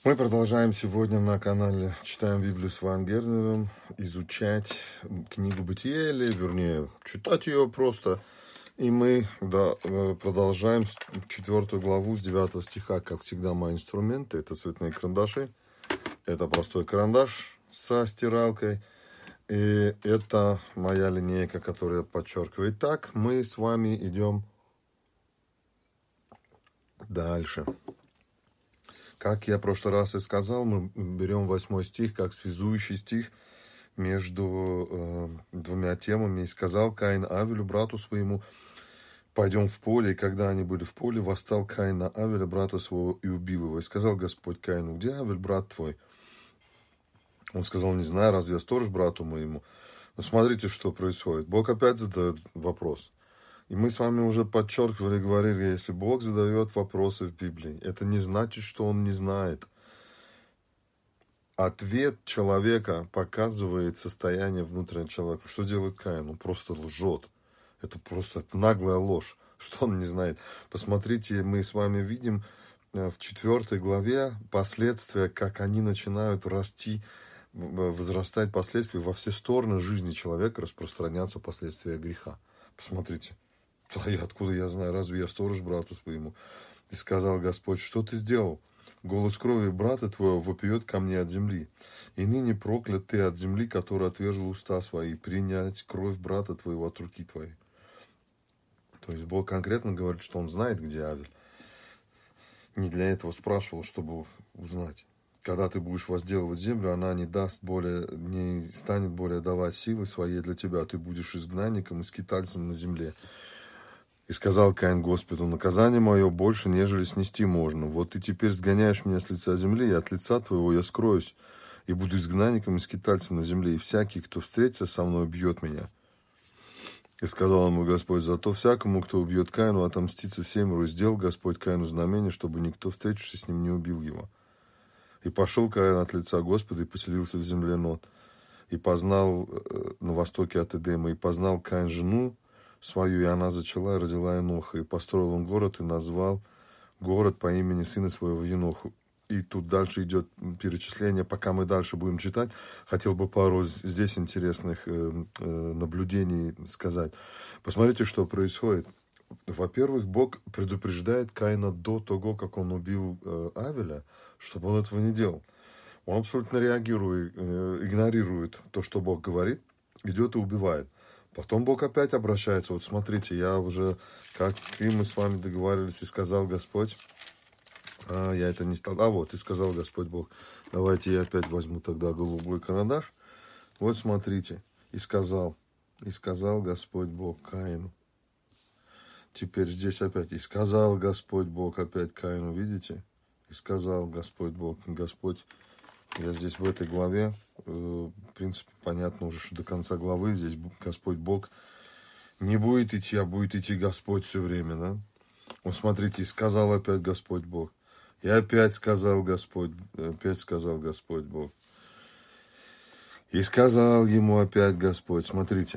Мы продолжаем сегодня на канале «Читаем Библию с Ван Гернером» изучать книгу Бытия, или, вернее, читать ее просто. И мы продолжаем 4 главу с 9 стиха. Как всегда, мои инструменты – это цветные карандаши, это простой карандаш со стиралкой, и это моя линейка, которая подчеркивает. Так, мы с вами идем дальше. Как я в прошлый раз и сказал, мы берем 8 стих как связующий стих между двумя темами. «И сказал Каин Авелю, брату своему, пойдем в поле. И когда они были в поле, восстал Каин на Авеля, брата своего, и убил его. И сказал Господь Каину, где Авель, брат твой? Он сказал, не знаю, разве я сторож брату моему?» Но смотрите, что происходит. Бог опять задает вопрос. И мы с вами уже подчеркивали, говорили, если Бог задает вопросы в Библии, это не значит, что Он не знает. Ответ человека показывает состояние внутреннего человека. Что делает Каин? Он просто лжет. Это просто наглая ложь, что он не знает. Посмотрите, мы с вами видим в 4 главе последствия, как они начинают расти, возрастать последствия во все стороны жизни человека, распространяться последствия греха. Посмотрите. Да, откуда я знаю, разве я сторож брату своему? И сказал Господь, что ты сделал? Голос крови брата твоего вопиет ко мне от земли. И ныне проклят ты от земли, которая отвержила уста свои, принять кровь брата твоего от руки твоей. То есть Бог конкретно говорит, что Он знает, где Авель. Не для этого спрашивал, чтобы узнать. Когда ты будешь возделывать землю, она не станет более давать силы своей для тебя. Ты будешь изгнанником и скитальцем на земле. И сказал Каин Господу, наказание мое больше, нежели снести можно. Вот ты теперь сгоняешь меня с лица земли, и от лица твоего я скроюсь, и буду изгнанником и скитальцем на земле, и всякий, кто встретится со мной, бьет меня. И сказал ему Господь, зато всякому, кто убьет Каину, отомстится всем, и сделал Господь Каину знамение, чтобы никто, встретившись с ним, не убил его. И пошел Каин от лица Господа и поселился в земле Нод, и познал на востоке от Эдема, и познал Каин жену свою, и она зачала и родила Еноха. И построил он город, и назвал город по имени сына своего Еноху. И тут дальше идет перечисление. Пока мы дальше будем читать, хотел бы пару здесь интересных наблюдений сказать. Посмотрите, что происходит. Во-первых, Бог предупреждает Каина до того, как он убил Авеля, чтобы он этого не делал. Он абсолютно игнорирует то, что Бог говорит, идет и убивает. Потом Бог опять обращается. Вот смотрите, я уже, как и мы с вами договаривались, и сказал Господь, я это не стал. Вот, и сказал Господь Бог, давайте я опять возьму тогда голубой карандаш. Вот смотрите, и сказал Господь Бог Каину. Теперь здесь опять, и сказал Господь Бог опять Каину, видите? И сказал Господь Бог, Господь, я здесь в этой главе, в принципе, понятно уже, что до конца главы здесь Господь Бог не будет идти, а будет идти Господь все время, да? Вот смотрите, и сказал опять Господь Бог. И опять сказал Господь Бог. И сказал ему опять Господь, смотрите.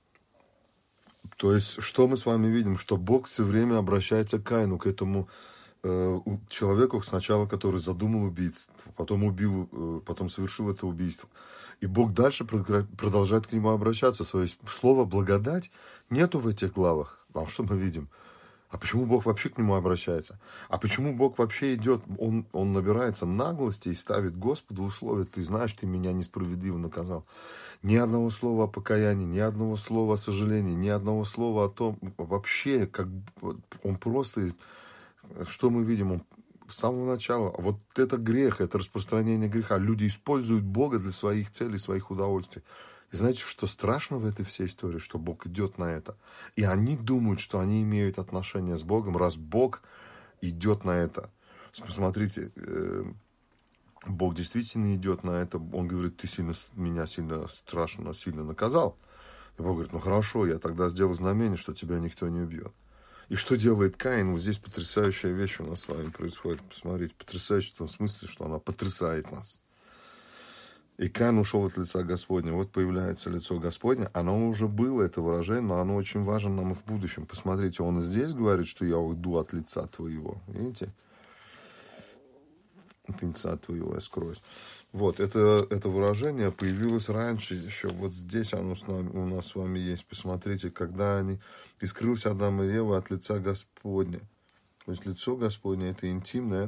То есть, что мы с вами видим? Что Бог все время обращается к Каину, к этому человеку сначала, который задумал убийство, потом убил, потом совершил это убийство. И Бог дальше продолжает к нему обращаться. То есть слово «благодать» нету в этих главах. А что мы видим? А почему Бог вообще к нему обращается? А почему Бог вообще идет? Он набирается наглости и ставит Господу условия. Ты знаешь, ты меня несправедливо наказал. Ни одного слова о покаянии, ни одного слова о сожалении, ни одного слова о том, вообще, как он просто... Что мы видим? Он с самого начала. Вот это грех, это распространение греха. Люди используют Бога для своих целей, своих удовольствий. И знаете, что страшно в этой всей истории? Что Бог идет на это. И они думают, что они имеют отношение с Богом, раз Бог идет на это. Посмотрите, Бог действительно идет на это. Он говорит, ты меня страшно сильно наказал. И Бог говорит, ну хорошо, я тогда сделаю знамение, что тебя никто не убьет. И что делает Каин? Вот здесь потрясающая вещь у нас с вами происходит. Посмотрите, потрясающая в том смысле, что она потрясает нас. И Каин ушел от лица Господня. Вот появляется лицо Господня. Оно уже было, это выражение, но оно очень важно нам и в будущем. Посмотрите, он здесь говорит, что я уйду от лица твоего. Видите? от лица твоего я скроюсь. Вот, это выражение появилось раньше, еще вот здесь оно у нас с вами есть. Посмотрите, когда и скрылся Адам и Ева от лица Господня. То есть лицо Господне это интимное.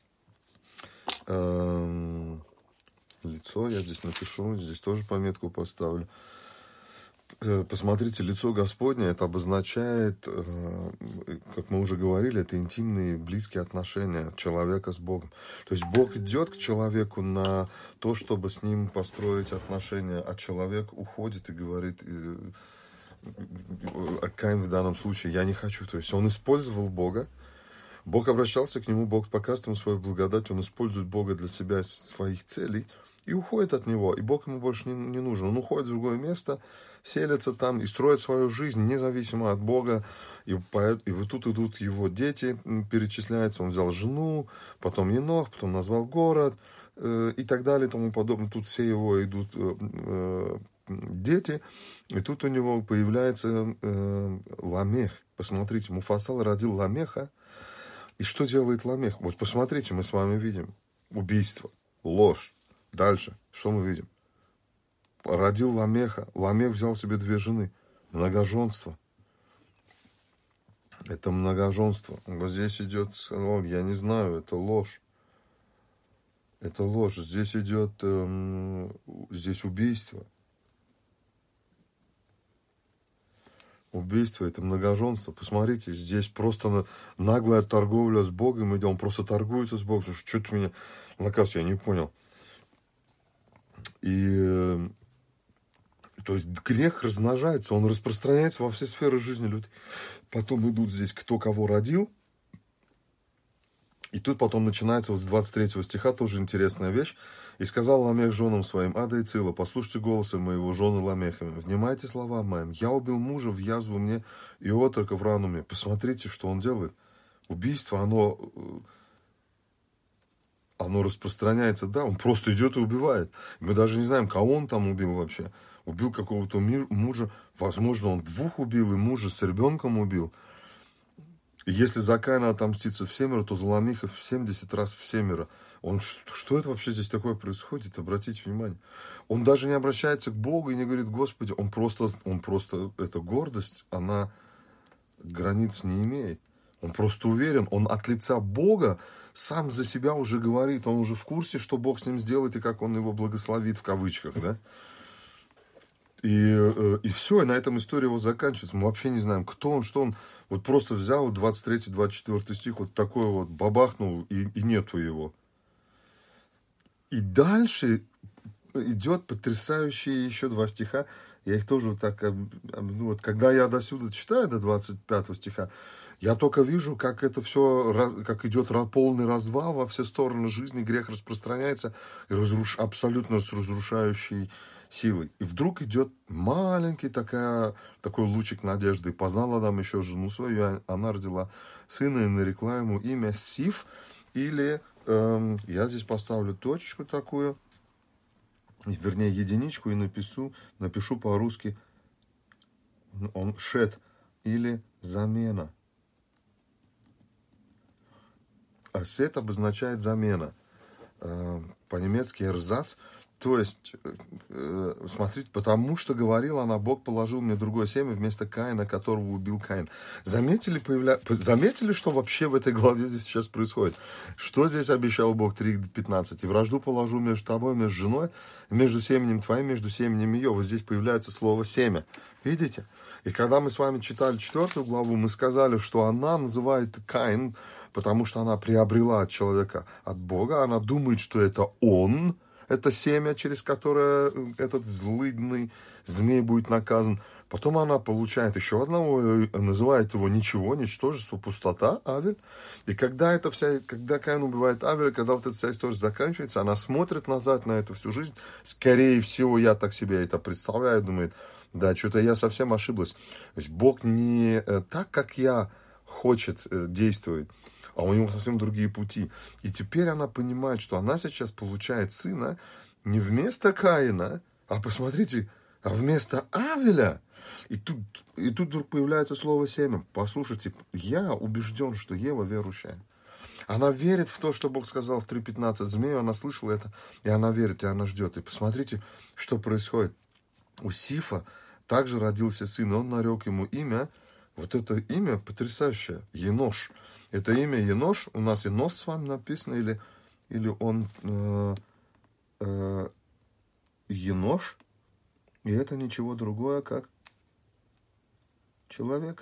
Лицо, я здесь напишу, здесь тоже пометку поставлю. Посмотрите, лицо Господне, это обозначает, как мы уже говорили, это интимные, близкие отношения человека с Богом. То есть Бог идет к человеку на то, чтобы с ним построить отношения, а человек уходит и говорит, Каин в данном случае, я не хочу. То есть он использовал Бога, Бог обращался к нему, Бог показывает ему свою благодать, он использует Бога для себя, своих целей, и уходит от него, и Бог ему больше не нужен. Он уходит в другое место, селится там и строит свою жизнь независимо от Бога. И вот тут идут его дети, перечисляются. Он взял жену, потом Енох, потом назвал город и так далее и тому подобное. Тут все его идут дети. И тут у него появляется Ламех. Посмотрите, Муфасал родил Ламеха. И что делает Ламех? Вот посмотрите, мы с вами видим убийство, ложь. Дальше, что мы видим? Родил Ламеха. Ламех взял себе 2 жены. Многоженство. Это многоженство. Вот здесь идет, я не знаю, это ложь. Это ложь. Здесь идет, здесь убийство. Убийство, это многоженство. Посмотрите, здесь просто наглая торговля с Богом идет. Он просто торгуется с Богом. Что ты меня наказ, я не понял. И то есть грех размножается, он распространяется во все сферы жизни людей. Потом идут здесь, кто кого родил. И тут потом начинается вот с 23 стиха тоже интересная вещь. «И сказал Ламех женам своим, Ада и Цила, послушайте голоса моего, жены Ламехами, внимайте словам моим. Я убил мужа в язву мне и отрока в рану мне». Посмотрите, что он делает. Убийство, оно распространяется, да, он просто идет и убивает. Мы даже не знаем, кого он там убил вообще. Убил какого-то мужа, возможно, он 2 убил, и мужа с ребенком убил. И если за Каина отомстится в 7, то за Ламеха в 70 раз в 7. Что это вообще здесь такое происходит? Обратите внимание. Он даже не обращается к Богу и не говорит, Господи, он просто, эта гордость, она границ не имеет. Он просто уверен, он от лица Бога сам за себя уже говорит, он уже в курсе, что Бог с ним сделает и как он его благословит, в кавычках, да? И все, и на этом история его заканчивается. Мы вообще не знаем, кто он, что он. Вот просто взял 23-24 стих, вот такой вот бабахнул, и нету его. И дальше идет потрясающие еще 2 стиха. Я их тоже вот так, вот когда я до сюда читаю, до 25 стиха, я только вижу, как это все, как идет полный развал во все стороны жизни, грех распространяется, абсолютно с разрушающей силой. И вдруг идет маленький такой лучик надежды. И познал Адам еще жену свою, она родила сына и нарекла ему имя Сиф, или, я здесь поставлю точечку такую, вернее, единичку, и напишу по-русски он Шет, или замена. А Сет обозначает замена. По-немецки эрзац. То есть, смотрите, потому что говорила она, Бог положил мне другое семя вместо Каина, которого убил Каин. Заметили, что вообще в этой главе здесь сейчас происходит? Что здесь обещал Бог 3:15? «И вражду положу между тобой, между женой, между семенем твоим, между семенем ее». Вот здесь появляется слово «семя». Видите? И когда мы с вами читали 4 главу, мы сказали, что она называет Каин, потому что она приобрела от человека, от Бога. Она думает, что это он, это семя, через которое этот злыдный змей будет наказан. Потом она получает еще одного, называет его ничего, ничтожество, пустота, Авель. И когда Каин убивает Авеля, когда вот эта вся история заканчивается, она смотрит назад на эту всю жизнь. Скорее всего, я так себе это представляю, думает, да, что-то я совсем ошиблась. То есть Бог не так, как я хочет, действует, а у него совсем другие пути. И теперь она понимает, что она сейчас получает сына не вместо Каина, а посмотрите, а вместо Авеля. И тут вдруг появляется слово «семя». Послушайте, я убежден, что Ева верующая. Она верит в то, что Бог сказал в 3:15 змею, она слышала это, и она верит, и она ждет. И посмотрите, что происходит. У Сифа также родился сын, и он нарек ему имя, вот это имя потрясающее, Енош. Это имя Енош, у нас Енос с вами написано, или он Енош, и это ничего другое, как человек.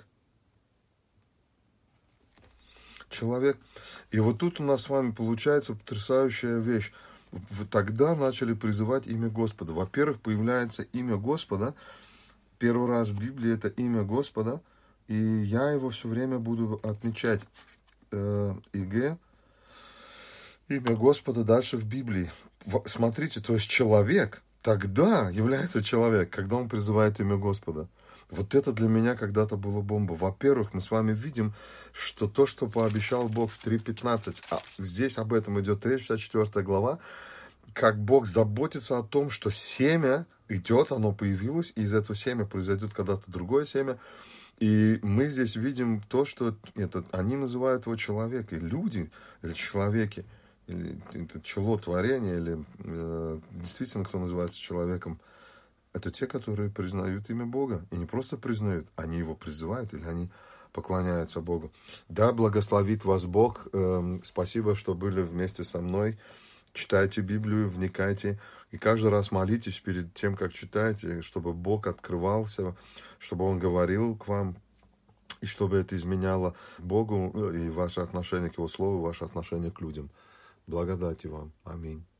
Человек. И вот тут у нас с вами получается потрясающая вещь. Тогда начали призывать имя Господа. Во-первых, появляется имя Господа. Первый раз в Библии это имя Господа. И я его все время буду отмечать. Имя Господа дальше в Библии. Смотрите, то есть человек тогда является человек, когда он призывает имя Господа. Вот это для меня когда-то было бомба. Во-первых, мы с вами видим, что то, что пообещал Бог в 3:15, а здесь об этом идет речь, 54 глава, как Бог заботится о том, что семя идет, оно появилось, и из этого семя произойдет когда-то другое семя. И мы здесь видим то, что они называют его человек, и люди, или человеки, или это чело творения, или действительно, кто называется человеком, это те, которые признают имя Бога. И не просто признают, они его призывают, или они поклоняются Богу. Да, благословит вас Бог. Спасибо, что были вместе со мной. Читайте Библию, вникайте. И каждый раз молитесь перед тем, как читаете, чтобы Бог открывался, чтобы Он говорил к вам, и чтобы это изменяло Богу и ваше отношение к Его Слову, ваше отношение к людям. Благодати вам. Аминь.